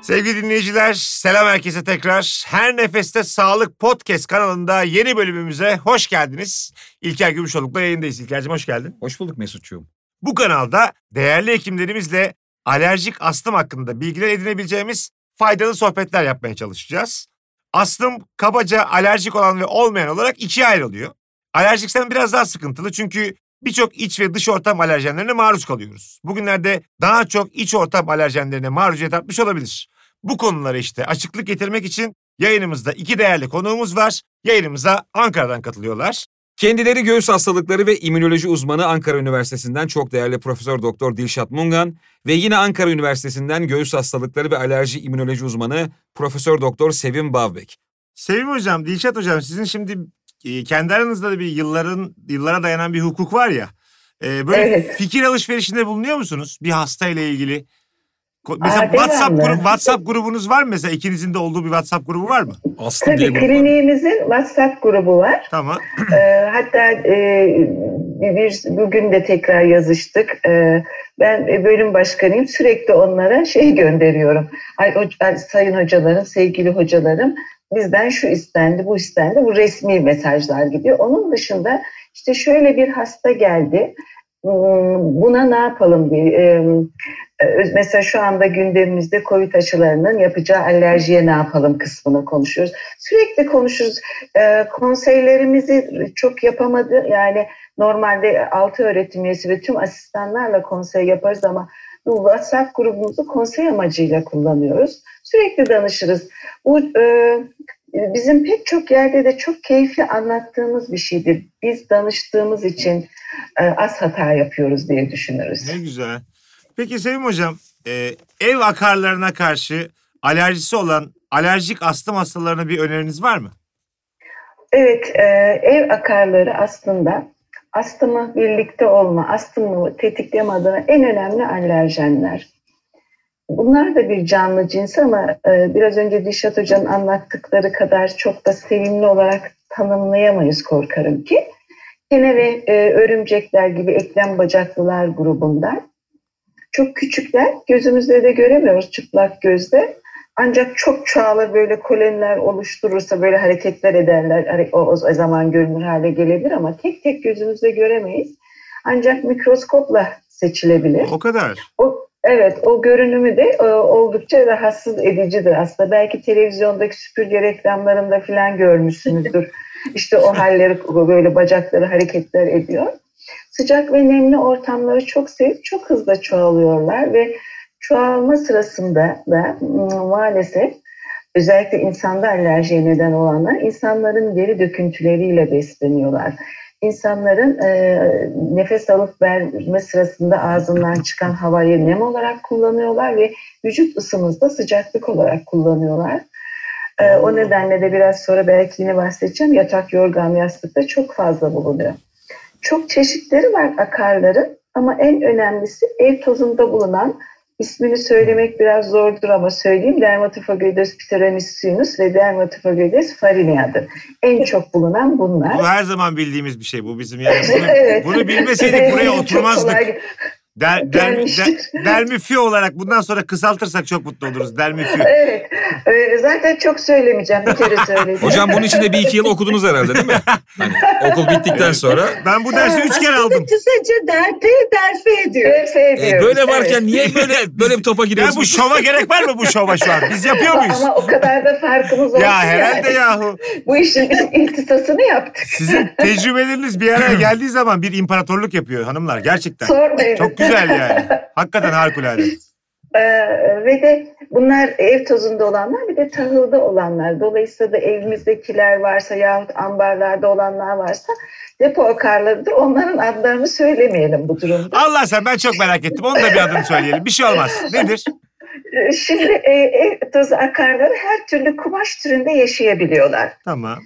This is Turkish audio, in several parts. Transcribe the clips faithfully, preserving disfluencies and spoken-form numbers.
Sevgili dinleyiciler, selam herkese tekrar. Her Nefeste Sağlık Podcast kanalında yeni bölümümüze hoş geldiniz. İlker Gümüşoluk'la yayındayız. İlker'cim hoş geldin. Hoş bulduk Mesut'cuğum. Bu kanalda değerli hekimlerimizle alerjik astım hakkında bilgiler edinebileceğimiz faydalı sohbetler yapmaya çalışacağız. Astım kabaca alerjik olan ve olmayan olarak ikiye ayrılıyor. Alerjiksen biraz daha sıkıntılı çünkü birçok iç ve dış ortam alerjenlerine maruz kalıyoruz. Bugünlerde daha çok iç ortam alerjenlerine maruziyet artmış olabilir. Bu konulara işte açıklık getirmek için yayınımızda iki değerli konuğumuz var. Yayınımıza Ankara'dan katılıyorlar. Kendileri göğüs hastalıkları ve immünoloji uzmanı Ankara Üniversitesi'nden çok değerli Profesör Doktor Dilşat Mungan ve yine Ankara Üniversitesi'nden göğüs hastalıkları ve alerji immünoloji uzmanı Profesör Doktor Sevim Bavbek. Sevim hocam, Dilşat hocam, sizin şimdi kendi aranızda da bir yılların yıllara dayanan bir hukuk var ya. E, böyle evet. Fikir alışverişinde bulunuyor musunuz bir hasta ile ilgili? Mesela Aa, WhatsApp grubu, WhatsApp grubunuz var mı? Mesela ikinizin de olduğu bir WhatsApp grubu var mı? Astım Tabii kliniğimizin WhatsApp grubu var. Tamam. ee, hatta e, bir bugün de tekrar yazıştık. Ee, ben bölüm başkanıyım. Sürekli onlara şey gönderiyorum. Ay, o, sayın hocalarım, sevgili hocalarım, bizden şu istendi, bu istendi. Bu resmi mesajlar gidiyor. Onun dışında işte şöyle bir hasta geldi. Buna ne yapalım diye. Mesela şu anda gündemimizde Covid aşılarının yapacağı alerjiye ne yapalım kısmını konuşuyoruz. Sürekli konuşuruz. Konseylerimizi çok yapamadı. Yani normalde altı öğretim üyesi ve tüm asistanlarla konsey yaparız ama bu WhatsApp grubumuzu konsey amacıyla kullanıyoruz. Sürekli danışırız. Bu bizim pek çok yerde de çok keyifli anlattığımız bir şeydir. Biz danıştığımız için az hata yapıyoruz diye düşünürüz. Ne güzel. Peki Sevim hocam, e, ev akarlarına karşı alerjisi olan alerjik astım hastalarına bir öneriniz var mı? Evet, e, ev akarları aslında astımı birlikte olma, astımı tetikleme adına en önemli alerjenler. Bunlar da bir canlı cins ama e, biraz önce Dilşat Hoca'nın anlattıkları kadar çok da sevimli olarak tanımlayamayız korkarım ki. Kene ve e, örümcekler gibi eklem bacaklılar grubundan. Çok küçükler, gözümüzde de göremiyoruz çıplak gözle. Ancak çok çoğalır, böyle koloniler oluşturursa böyle hareketler ederler. O, o zaman görünür hale gelebilir ama tek tek gözümüzde göremeyiz. Ancak mikroskopla seçilebilir. O kadar. O, evet, o görünümü de e, oldukça rahatsız edicidir aslında. Belki televizyondaki süpürge reklamlarında falan görmüşsünüzdür. İşte o halleri, böyle bacakları hareketler ediyor. Sıcak ve nemli ortamları çok sevip çok hızlı çoğalıyorlar ve çoğalma sırasında da maalesef özellikle insanda alerjiye neden olanlar insanların deri döküntüleriyle besleniyorlar. İnsanların e, nefes alıp verme sırasında ağzından çıkan havayı nem olarak kullanıyorlar ve vücut ısımızda sıcaklık olarak kullanıyorlar. E, o nedenle de biraz sonra belki yine bahsedeceğim, yatak, yorgan, yastıkta çok fazla bulunuyor. Çok çeşitleri var akarların ama en önemlisi ev tozunda bulunan, ismini söylemek biraz zordur ama söyleyeyim, Dermatophagioides pitheramycinus ve Dermatophagioides farineadır. En çok bulunan bunlar. Bu her zaman bildiğimiz bir şey, bu bizim yani. Bunu, evet. Bunu bilmeseydik buraya oturmazdık. Der, der, der, dermifi olarak bundan sonra kısaltırsak çok mutlu oluruz. Dermifi. Evet. Ee, zaten çok söylemeyeceğim. Bir kere söyledim. Hocam bunun için de bir iki yıl okudunuz herhalde değil mi? Hani okul bittikten sonra. Ben bu dersi üç kere aldım. Kısaca derpe derfe ediyor. Derfe ediyor. Ee, böyle varken evet. Niye böyle böyle bir topa giriyorsunuz? Ya bu şova gerek var mı bu şova şu an? Biz yapıyor muyuz? Ama o kadar da farkımız olsun. Ya herhalde yani. Yahu. Bu işin iltisasını yaptık. Sizin tecrübeleriniz bir araya geldiği zaman bir imparatorluk yapıyor hanımlar gerçekten. Sormayın. Çok güzel yani. Hakikaten harikulade. Ee, ve de bunlar ev tozunda olanlar, bir de tahılda olanlar. Dolayısıyla da evimizdekiler varsa yahut ambarlarda olanlar varsa depo akarlarıdır. Onların adlarını söylemeyelim bu durumda. Allah sen, ben çok merak ettim. Onun da bir adını söyleyelim. Bir şey olmaz. Nedir? Şimdi e, ev tozu akarları her türlü kumaş türünde yaşayabiliyorlar. Tamam.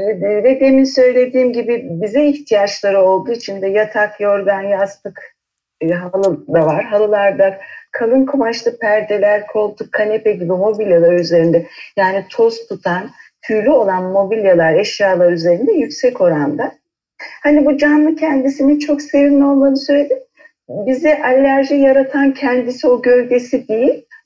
Ve demin söylediğim gibi bize ihtiyaçları olduğu için de yatak, yorgan, yastık, halı da var. Halılarda kalın kumaşlı perdeler, koltuk, kanepe gibi mobilyalar üzerinde, yani toz tutan, tüylü olan mobilyalar, eşyalar üzerinde yüksek oranda. Hani bu canlı kendisinin çok sevimli olmadığını söyledim. Bize alerji yaratan kendisi, o gölgesi değil,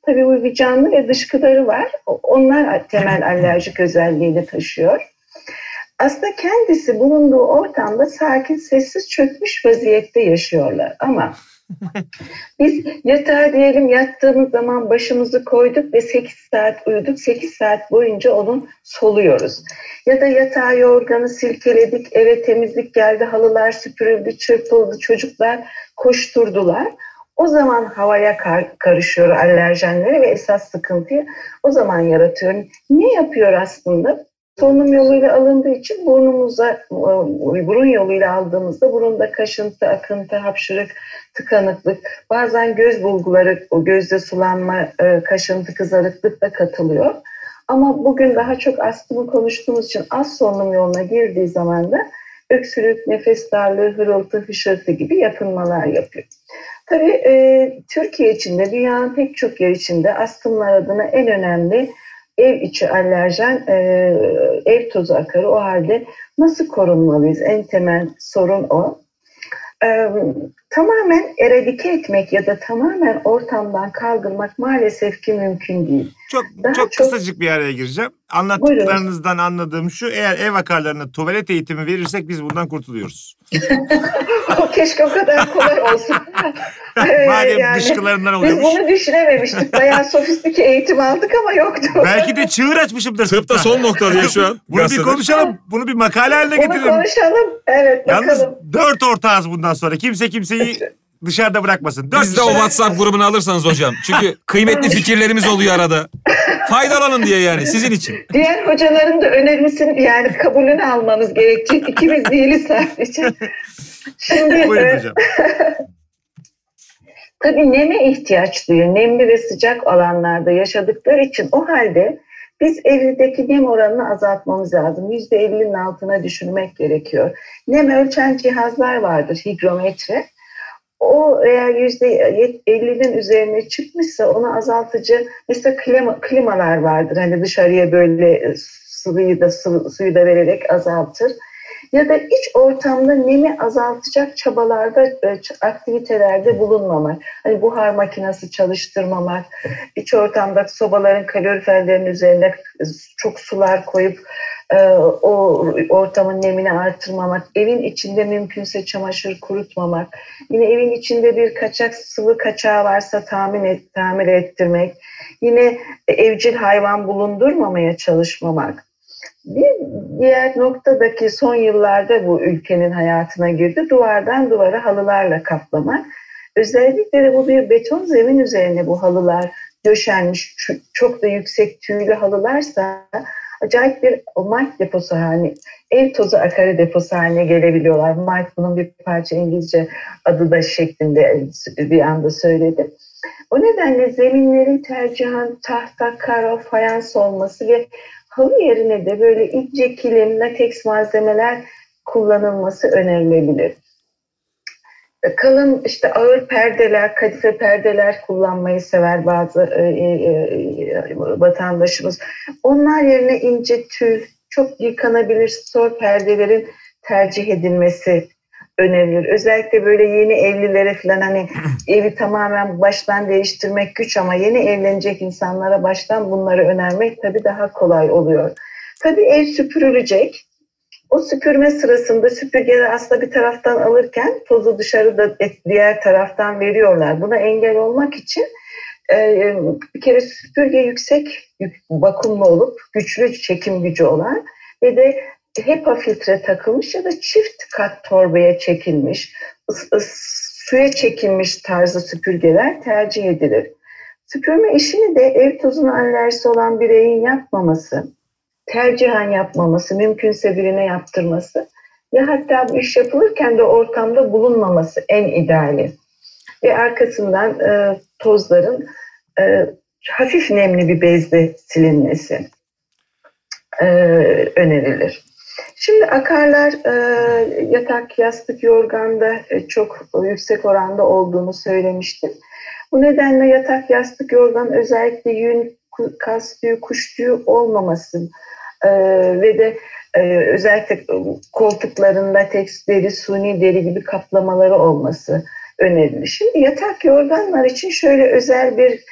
Tabii bu bir canlı ve dışkıları var. Onlar temel alerjik özelliğini taşıyor. Aslında kendisi bulunduğu ortamda sakin, sessiz, çökmüş vaziyette yaşıyorlar. Ama biz yatağa diyelim yattığımız zaman başımızı koyduk ve sekiz saat uyuduk. sekiz saat boyunca onu soluyoruz. Ya da yatağı yorganı silkeledik, eve temizlik geldi, halılar süpürüldü, çırpıldı, çocuklar koşturdular. O zaman havaya kar- karışıyor alerjenleri ve esas sıkıntıyı o zaman yaratıyor. Ne yapıyor aslında? Solunum yoluyla alındığı için burnumuza, burun yoluyla aldığımızda burunda kaşıntı, akıntı, hapşırık, tıkanıklık, bazen göz bulguları, o gözde sulanma, kaşıntı, kızarıklık da katılıyor. Ama bugün daha çok astımı konuştuğumuz için az solunum yoluna girdiği zaman da öksürük, nefes darlığı, hırıltı, hışırtı gibi yakınmalar yapıyor. Tabii e, Türkiye içinde, dünyanın pek çok yer içinde astımlar adına en önemli ev içi alerjen, e, ev tozu akarı. O halde nasıl korunmalıyız? En temel sorun o. E, tamamen eradike etmek ya da tamamen ortamdan kaldırmak maalesef ki mümkün değil. Çok Daha çok çok- kısacık bir araya gireceğim. Anlattıklarınızdan anladığım şu, eğer ev akarlarına tuvalet eğitimi verirsek biz bundan kurtuluyoruz. Keşke o kadar kolay olsun. Ee, Madem yani dışkılarından Biz oluyormuş. bunu düşünememiştik. Bayağı sofistike eğitim aldık ama yoktu. Belki de çığır açmışımdır. Tıpta son nokta diye şu an. Bunu bir gazetede. konuşalım. Bunu bir makale haline Bunu getirelim. konuşalım. Evet, Yalnız bakalım. dört ortağız bundan sonra. Kimse kimseyi dışarıda bırakmasın. Dört Biz de o kişi. WhatsApp grubunu alırsanız hocam. Çünkü kıymetli fikirlerimiz oluyor arada. Faydalanın diye yani sizin için. Diğer hocaların da önerisini yani kabulünü almanız gerekecek. İkimiz değiliz sadece. Şimdi Buyurun e, hocam. tabii neme ihtiyaç duyuyor. Nemli ve sıcak alanlarda yaşadıkları için o halde biz evdeki nem oranını azaltmamız lazım. yüzde ellinin altına düşürmek gerekiyor. Nem ölçen cihazlar vardır, higrometre. O eğer yüzde ellinin üzerine çıkmışsa onu azaltıcı, mesela klima, klimalar vardır. Hani dışarıya böyle sıvıyı da su, suyu da vererek azaltır. Ya da iç ortamda nemi azaltacak çabalarda, aktivitelerde bulunmamak. Hani buhar makinesi çalıştırmamak, iç ortamda sobaların kaloriferlerin üzerine çok sular koyup o ortamın nemini artırmamak, evin içinde mümkünse çamaşır kurutmamak, yine evin içinde bir kaçak sıvı kaçağı varsa tamir, et, tamir ettirmek, yine evcil hayvan bulundurmamaya çalışmamak. Bir diğer noktadaki son yıllarda bu ülkenin hayatına girdi. Duvardan duvara halılarla kaplamak. Özellikle de bu bir beton zemin üzerine bu halılar döşenmiş, çok da yüksek tüylü halılarsa acayip bir malt deposu haline, ev tozu akarı deposu haline gelebiliyorlar. Malt bunun bir parça İngilizce adı da şeklinde bir anda söyledim. O nedenle zeminlerin tercihen tahta, karo, fayans olması ve halı yerine de böyle ince kilim, lateks malzemeler kullanılması önerilebilir. Kalın işte ağır perdeler, kadife perdeler kullanmayı sever bazı e, e, vatandaşımız. Onlar yerine ince tül, çok yıkanabilir stor perdelerin tercih edilmesi önerilir. Özellikle böyle yeni evlilere falan, hani evi tamamen baştan değiştirmek güç ama yeni evlenecek insanlara baştan bunları önermek tabii daha kolay oluyor. Tabii ev süpürülecek. O süpürme sırasında süpürgeleri aslında bir taraftan alırken tozu dışarıda diğer taraftan veriyorlar. Buna engel olmak için bir kere süpürge yüksek vakumlu olup güçlü çekim gücü olan ve de HEPA filtre takılmış ya da çift kat torbaya çekilmiş, suya çekilmiş tarzı süpürgeler tercih edilir. Süpürme işini de ev tozuna alerjisi olan bireyin yapmaması, tercihen yapmaması, mümkünse birine yaptırması ve hatta bu iş yapılırken de ortamda bulunmaması en ideali. Ve arkasından e, tozların e, hafif nemli bir bezle silinmesi e, önerilir. Şimdi akarlar e, yatak, yastık, yorganda e, çok yüksek oranda olduğunu söylemiştim. Bu nedenle yatak, yastık, yorgan özellikle yün, kas tüyü, kuş tüyü olmaması e, ve de e, özellikle koltuklarında lateks deri, suni deri gibi kaplamaları olması önerilir. Şimdi yatak yorganlar için şöyle özel bir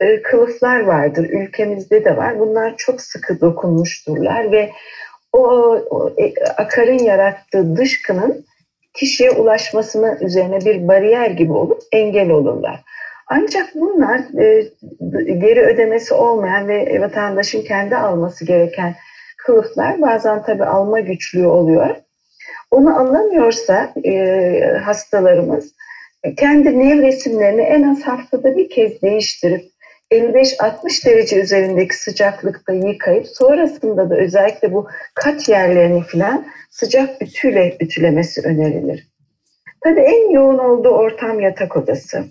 e, kılıflar vardır. Ülkemizde de var. Bunlar çok sıkı dokunmuşturlar ve o, o e, akarın yarattığı dışkının kişiye ulaşmasına üzerine bir bariyer gibi olup engel olurlar. Ancak bunlar e, geri ödemesi olmayan ve vatandaşın kendi alması gereken kılıflar bazen tabii alma güçlüğü oluyor. Onu alamıyorsa e, hastalarımız kendi nevresimlerini en az haftada bir kez değiştirip elli beş altmış derece üzerindeki sıcaklıkta yıkayıp sonrasında da özellikle bu kat yerlerini falan sıcak ütüyle ütülemesi önerilir. Tabii en yoğun olduğu ortam yatak odası.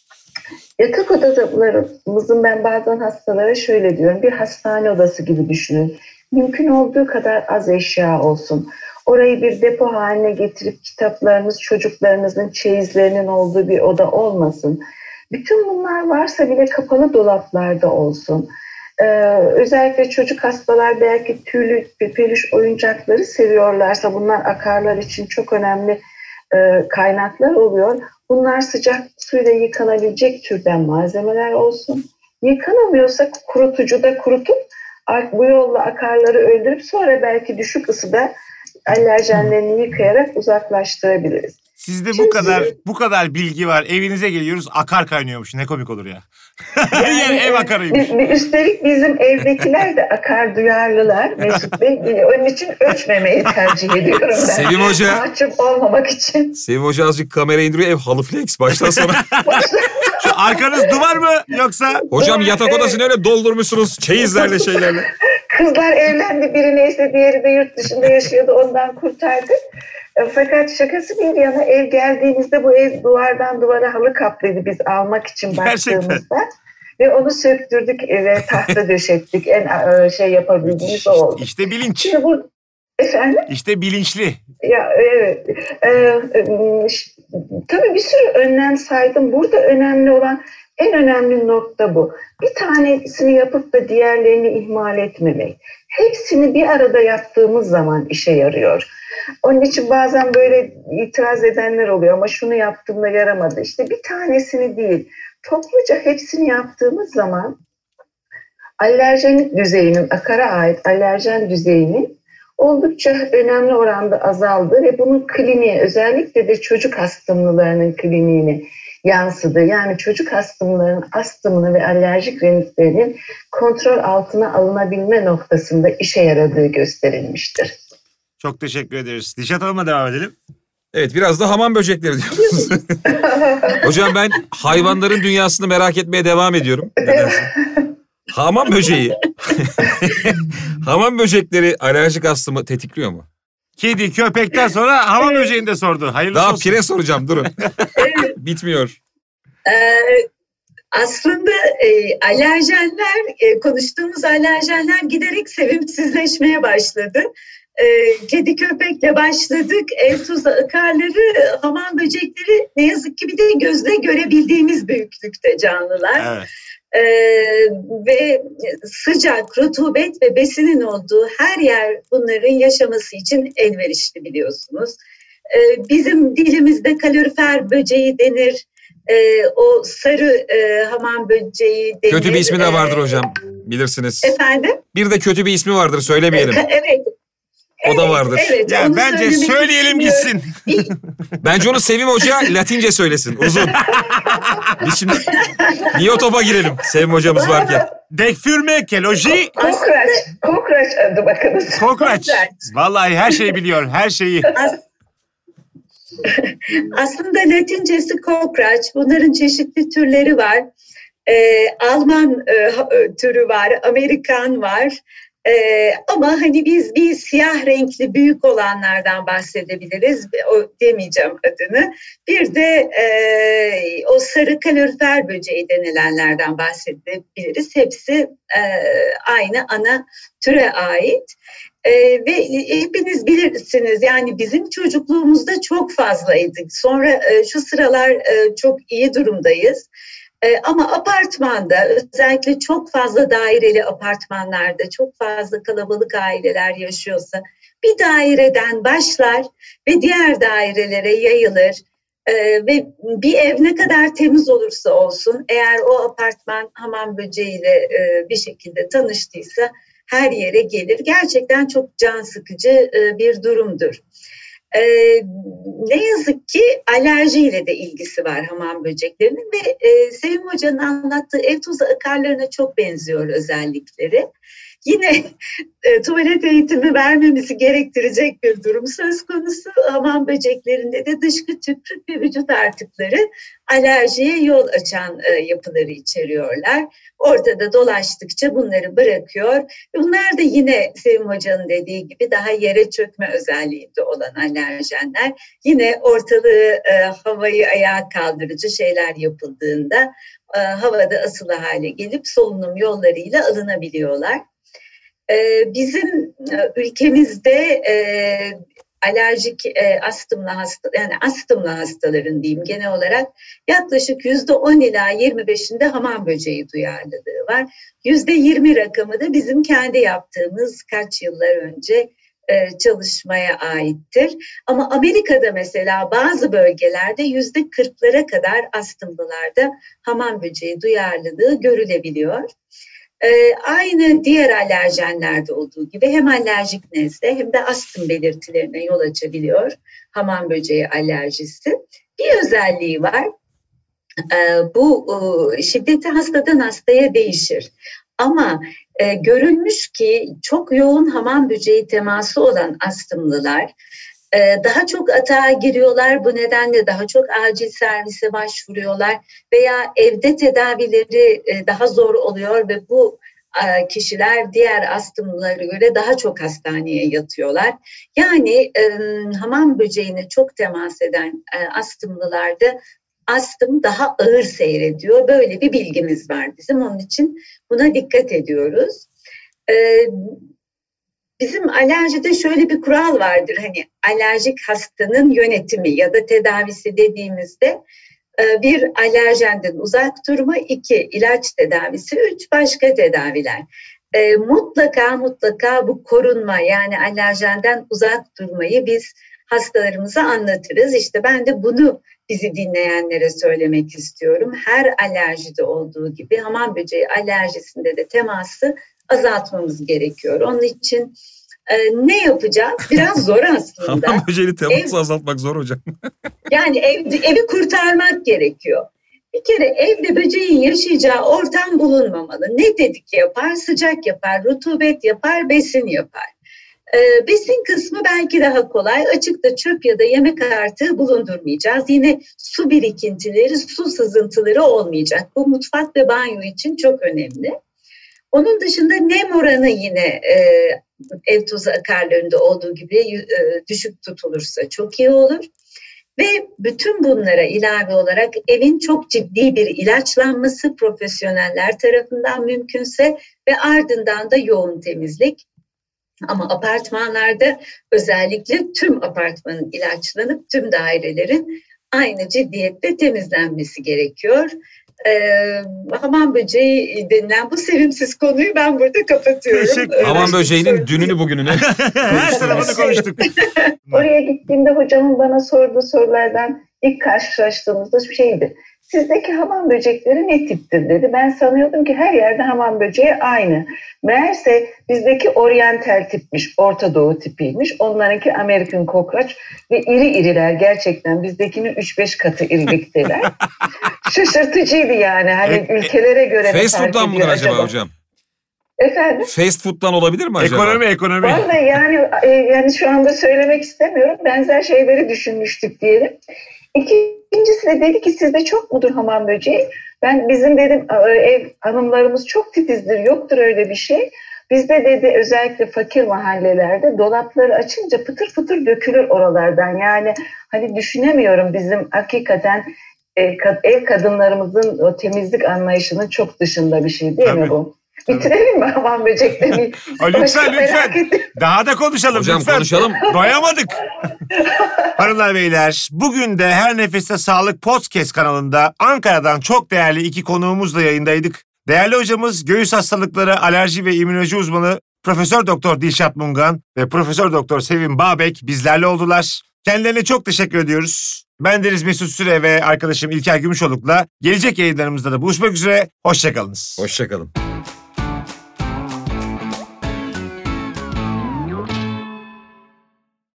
Yatak odalarımızın ben bazen hastalara şöyle diyorum, bir hastane odası gibi düşünün. Mümkün olduğu kadar az eşya olsun. Orayı bir depo haline getirip kitaplarınız, çocuklarınızın çeyizlerinin olduğu bir oda olmasın. Bütün bunlar varsa bile kapalı dolaplarda olsun. Ee, özellikle çocuk hastalar belki tüylü peluş oyuncakları seviyorlarsa bunlar akarlar için çok önemli e, kaynaklar oluyor. Bunlar sıcak suyla yıkanabilecek türden malzemeler olsun. Yıkanamıyorsa kurutucuda kurutup bu yolla akarları öldürüp sonra belki düşük ısıda alerjenlerini yıkayarak uzaklaştırabiliriz. Sizde bu kadar bu kadar bilgi var. Evinize geliyoruz, akar kaynıyormuş. Ne komik olur ya. Yani, yani ev akarıymış. Üstelik bizim evdekiler de akar duyarlılar Mesut Bey. Onun için ölçmemeyi tercih ediyorum ben. Sevim Hoca. Mahcup olmamak için. Sevim Hoca azıcık kamera indiriyor, ev halı flex baştan sona. Şu arkanız duvar mı yoksa? Hocam yatak odasını öyle doldurmuşsunuz çeyizlerle şeylerle. Kızlar evlendi, biri neyse diğeri de yurt dışında yaşıyordu, ondan kurtardık. Fakat şakası bir yana ev geldiğimizde bu ev duvardan duvara halı kaplıydı biz almak için baktığımızda. Gerçekten. Ve onu söktürdük eve, tahta döşettik. En şey yapabildiğimiz o oldu. İşte bilinç. Şimdi bu, efendim? İşte bilinçli. Ya evet. Ee, e, tabii bir sürü önlem saydım. Burada önemli olan, en önemli nokta bu. Bir tanesini yapıp da diğerlerini ihmal etmemek. Hepsini bir arada yaptığımız zaman işe yarıyor. Onun için bazen böyle itiraz edenler oluyor ama şunu yaptığımda yaramadı. İşte bir tanesini değil, topluca hepsini yaptığımız zaman alerjenik düzeyinin, akara ait alerjen düzeyinin oldukça önemli oranda azaldı ve bunun kliniğe, özellikle de çocuk astımlılarının kliniğine yansıdı. Yani çocuk astımlarının astımını ve alerjik rinitlerinin kontrol altına alınabilme noktasında işe yaradığı gösterilmiştir. Çok teşekkür ederiz. Dilşat Hanım'la devam edelim. Evet, biraz da hamam böcekleri diyoruz. Hocam ben hayvanların dünyasını merak etmeye devam ediyorum. Nedense. Hamam böceği. Hamam böcekleri alerjik astımı tetikliyor mu? Kedi, köpekten sonra hamam böceğini de sordu. Hayırlısı Daha olsun. pire soracağım, durun. Bitmiyor. Ee, aslında e, alerjenler, e, konuştuğumuz alerjenler giderek sevimsizleşmeye başladı. E, kedi köpekle başladık. Ev tuzu akarları, hamam böcekleri ne yazık ki bir de gözle görebildiğimiz büyüklükte canlılar. Evet. Ee, ve sıcak, rutubet ve besinin olduğu her yer bunların yaşaması için elverişli, biliyorsunuz. Ee, bizim dilimizde kalorifer böceği denir. Ee, o sarı e, hamam böceği denir. Kötü bir ismi de vardır hocam, bilirsiniz. Efendim? Bir de kötü bir ismi vardır, söylemeyelim. Evet. O evet, da vardır. Evet, ya bence söyleyelim gitsin. Bence onu Sevim Hoca Latince söylesin, uzun. Biz şimdi biyotopa girelim Sevim Hocamız varken. Dekfürme, keloji. Kokraç. Kokraç adı bakınız. Kokraç. Vallahi her şeyi biliyor, her şeyi. Aslında Latincesi kokraç. Bunların çeşitli türleri var. Ee, Alman e, türü var, Amerikan var. Ee, ama hani biz bir siyah renkli büyük olanlardan bahsedebiliriz. O demeyeceğim adını. Bir de e, o sarı kalorifer böceği denilenlerden bahsedebiliriz. Hepsi e, aynı ana türe ait. E, ve hepiniz bilirsiniz, yani bizim çocukluğumuzda çok fazlaydı. Sonra e, şu sıralar e, çok iyi durumdayız. Ee, ama apartmanda, özellikle çok fazla daireli apartmanlarda, çok fazla kalabalık aileler yaşıyorsa bir daireden başlar ve diğer dairelere yayılır. Ee, ve bir ev ne kadar temiz olursa olsun, eğer o apartman hamam böceğiyle e, bir şekilde tanıştıysa her yere gelir. Gerçekten çok can sıkıcı e, bir durumdur. E, ne yazık ki alerjiyle de ilgisi var hamam böceklerinin ve e, Sevim Hoca'nın anlattığı ev tozu akarlarına çok benziyor özellikleri. Yine e, tuvalet eğitimi vermemizi gerektirecek bir durum söz konusu. Hamam böceklerinde de dışkı, tükrük ve vücut artıkları alerjiye yol açan e, yapıları içeriyorlar. Ortada dolaştıkça bunları bırakıyor. Bunlar da yine Sevim Hoca'nın dediği gibi daha yere çökme özelliğinde olan alerjenler. Yine ortalığı, e, havayı ayağa kaldırıcı şeyler yapıldığında e, havada asılı hale gelip solunum yollarıyla alınabiliyorlar. Bizim ülkemizde alerjik astımlı hasta, yani astımlı hastaların diyeyim genel olarak yaklaşık yüzde on ila yirmi beşinde hamam böceği duyarlılığı var. Yüzde yirmi rakamı da bizim kendi yaptığımız kaç yıllar önce çalışmaya aittir. Ama Amerika'da mesela bazı bölgelerde yüzde kırklara kadar astımlılarda hamam böceği duyarlılığı görülebiliyor. Ee, aynı diğer alerjenlerde olduğu gibi hem alerjik nezle hem de astım belirtilerine yol açabiliyor hamam böceği alerjisi. Bir özelliği var. Ee, bu e, şiddeti hastadan hastaya değişir. Ama e, görülmüş ki çok yoğun hamam böceği teması olan astımlılar daha çok atağa giriyorlar, bu nedenle daha çok acil servise başvuruyorlar veya evde tedavileri daha zor oluyor ve bu kişiler diğer astımlılara göre daha çok hastaneye yatıyorlar. Yani hamam böceğine çok temas eden astımlılarda astım daha ağır seyrediyor. Böyle bir bilgimiz var bizim, onun için buna dikkat ediyoruz. Bizim alerjide şöyle bir kural vardır, hani alerjik hastanın yönetimi ya da tedavisi dediğimizde bir alerjenden uzak durma, iki ilaç tedavisi, üç başka tedaviler. E, mutlaka mutlaka bu korunma, yani alerjenden uzak durmayı biz hastalarımıza anlatırız. İşte ben de bunu bizi dinleyenlere söylemek istiyorum. Her alerjide olduğu gibi hamam böceği alerjisinde de teması azaltmamız gerekiyor. Onun için e, ne yapacağız? Biraz zor aslında. Hamam böceği teması ev, azaltmak zor hocam. Yani ev, evi kurtarmak gerekiyor. Bir kere evde böceğin yaşayacağı ortam bulunmamalı. Ne dedik yapar? Sıcak yapar, rutubet yapar, besin yapar. Ee, besin kısmı belki daha kolay. Açıkta çöp ya da yemek artığı bulundurmayacağız. Yine su birikintileri, su sızıntıları olmayacak. Bu mutfak ve banyo için çok önemli. Onun dışında nem oranı yine e, ev tozu akarlarında olduğu gibi e, düşük tutulursa çok iyi olur. Ve bütün bunlara ilave olarak evin çok ciddi bir ilaçlanması profesyoneller tarafından mümkünse ve ardından da yoğun temizlik. Ama apartmanlarda özellikle tüm apartmanın ilaçlanıp tüm dairelerin aynı ciddiyette temizlenmesi gerekiyor. Ee, hamam böceği denilen bu sevimsiz konuyu ben burada kapatıyorum. Teşekkür. Hamam böceğinin dününü bugününe. Her tarafını konuştuk. Oraya gittiğimde hocamın bana sorduğu sorulardan ilk karşılaştığımızda şeydi. Sizdeki hamam böcekleri ne tiptir dedi. Ben sanıyordum ki her yerde hamam böceği aynı. Meğerse bizdeki oryantal tipmiş, Orta Doğu tipiymiş. Onlarınki American cockroach ve iri iriler, gerçekten bizdekinin üç beş katı irilikteler. Şaşırtıcıydı yani. Hani E, ülkelere göre de fast food'dan mıdır acaba, acaba hocam? Efendim? Fast food'dan olabilir mi acaba? Ekonomi, ekonomi. Vallahi yani, e, yani şu anda söylemek istemiyorum. Benzer şeyleri düşünmüştük diyelim. İkincisi de dedi ki sizde çok mudur hamam böceği? Ben bizim dedim ev hanımlarımız çok titizdir, yoktur öyle bir şey. Bizde dedi özellikle fakir mahallelerde dolapları açınca pıtır pıtır dökülür oralardan. Yani hani düşünemiyorum, bizim hakikaten e, ev kadınlarımızın o temizlik anlayışının çok dışında bir şey değil Tabii. mi bu? Bitirelim mi hamam böceklerini? Lütfen lütfen. Daha da konuşalım Hocam, lütfen. konuşalım. Doyamadık. Hanımlar beyler, bugün de Her Nefeste Sağlık Podcast kanalında Ankara'dan çok değerli iki konuğumuzla yayındaydık. Değerli hocamız göğüs hastalıkları, alerji ve immünoloji uzmanı Profesör Doktor Dilşat Mungan ve Profesör Doktor Sevim Bağbek bizlerle oldular. Kendilerine çok teşekkür ediyoruz. Ben Deniz Mesut Süre ve arkadaşım İlker Gümüşoluk'la gelecek yayınlarımızda da buluşmak üzere. Hoşçakalınız. Hoşçakalın.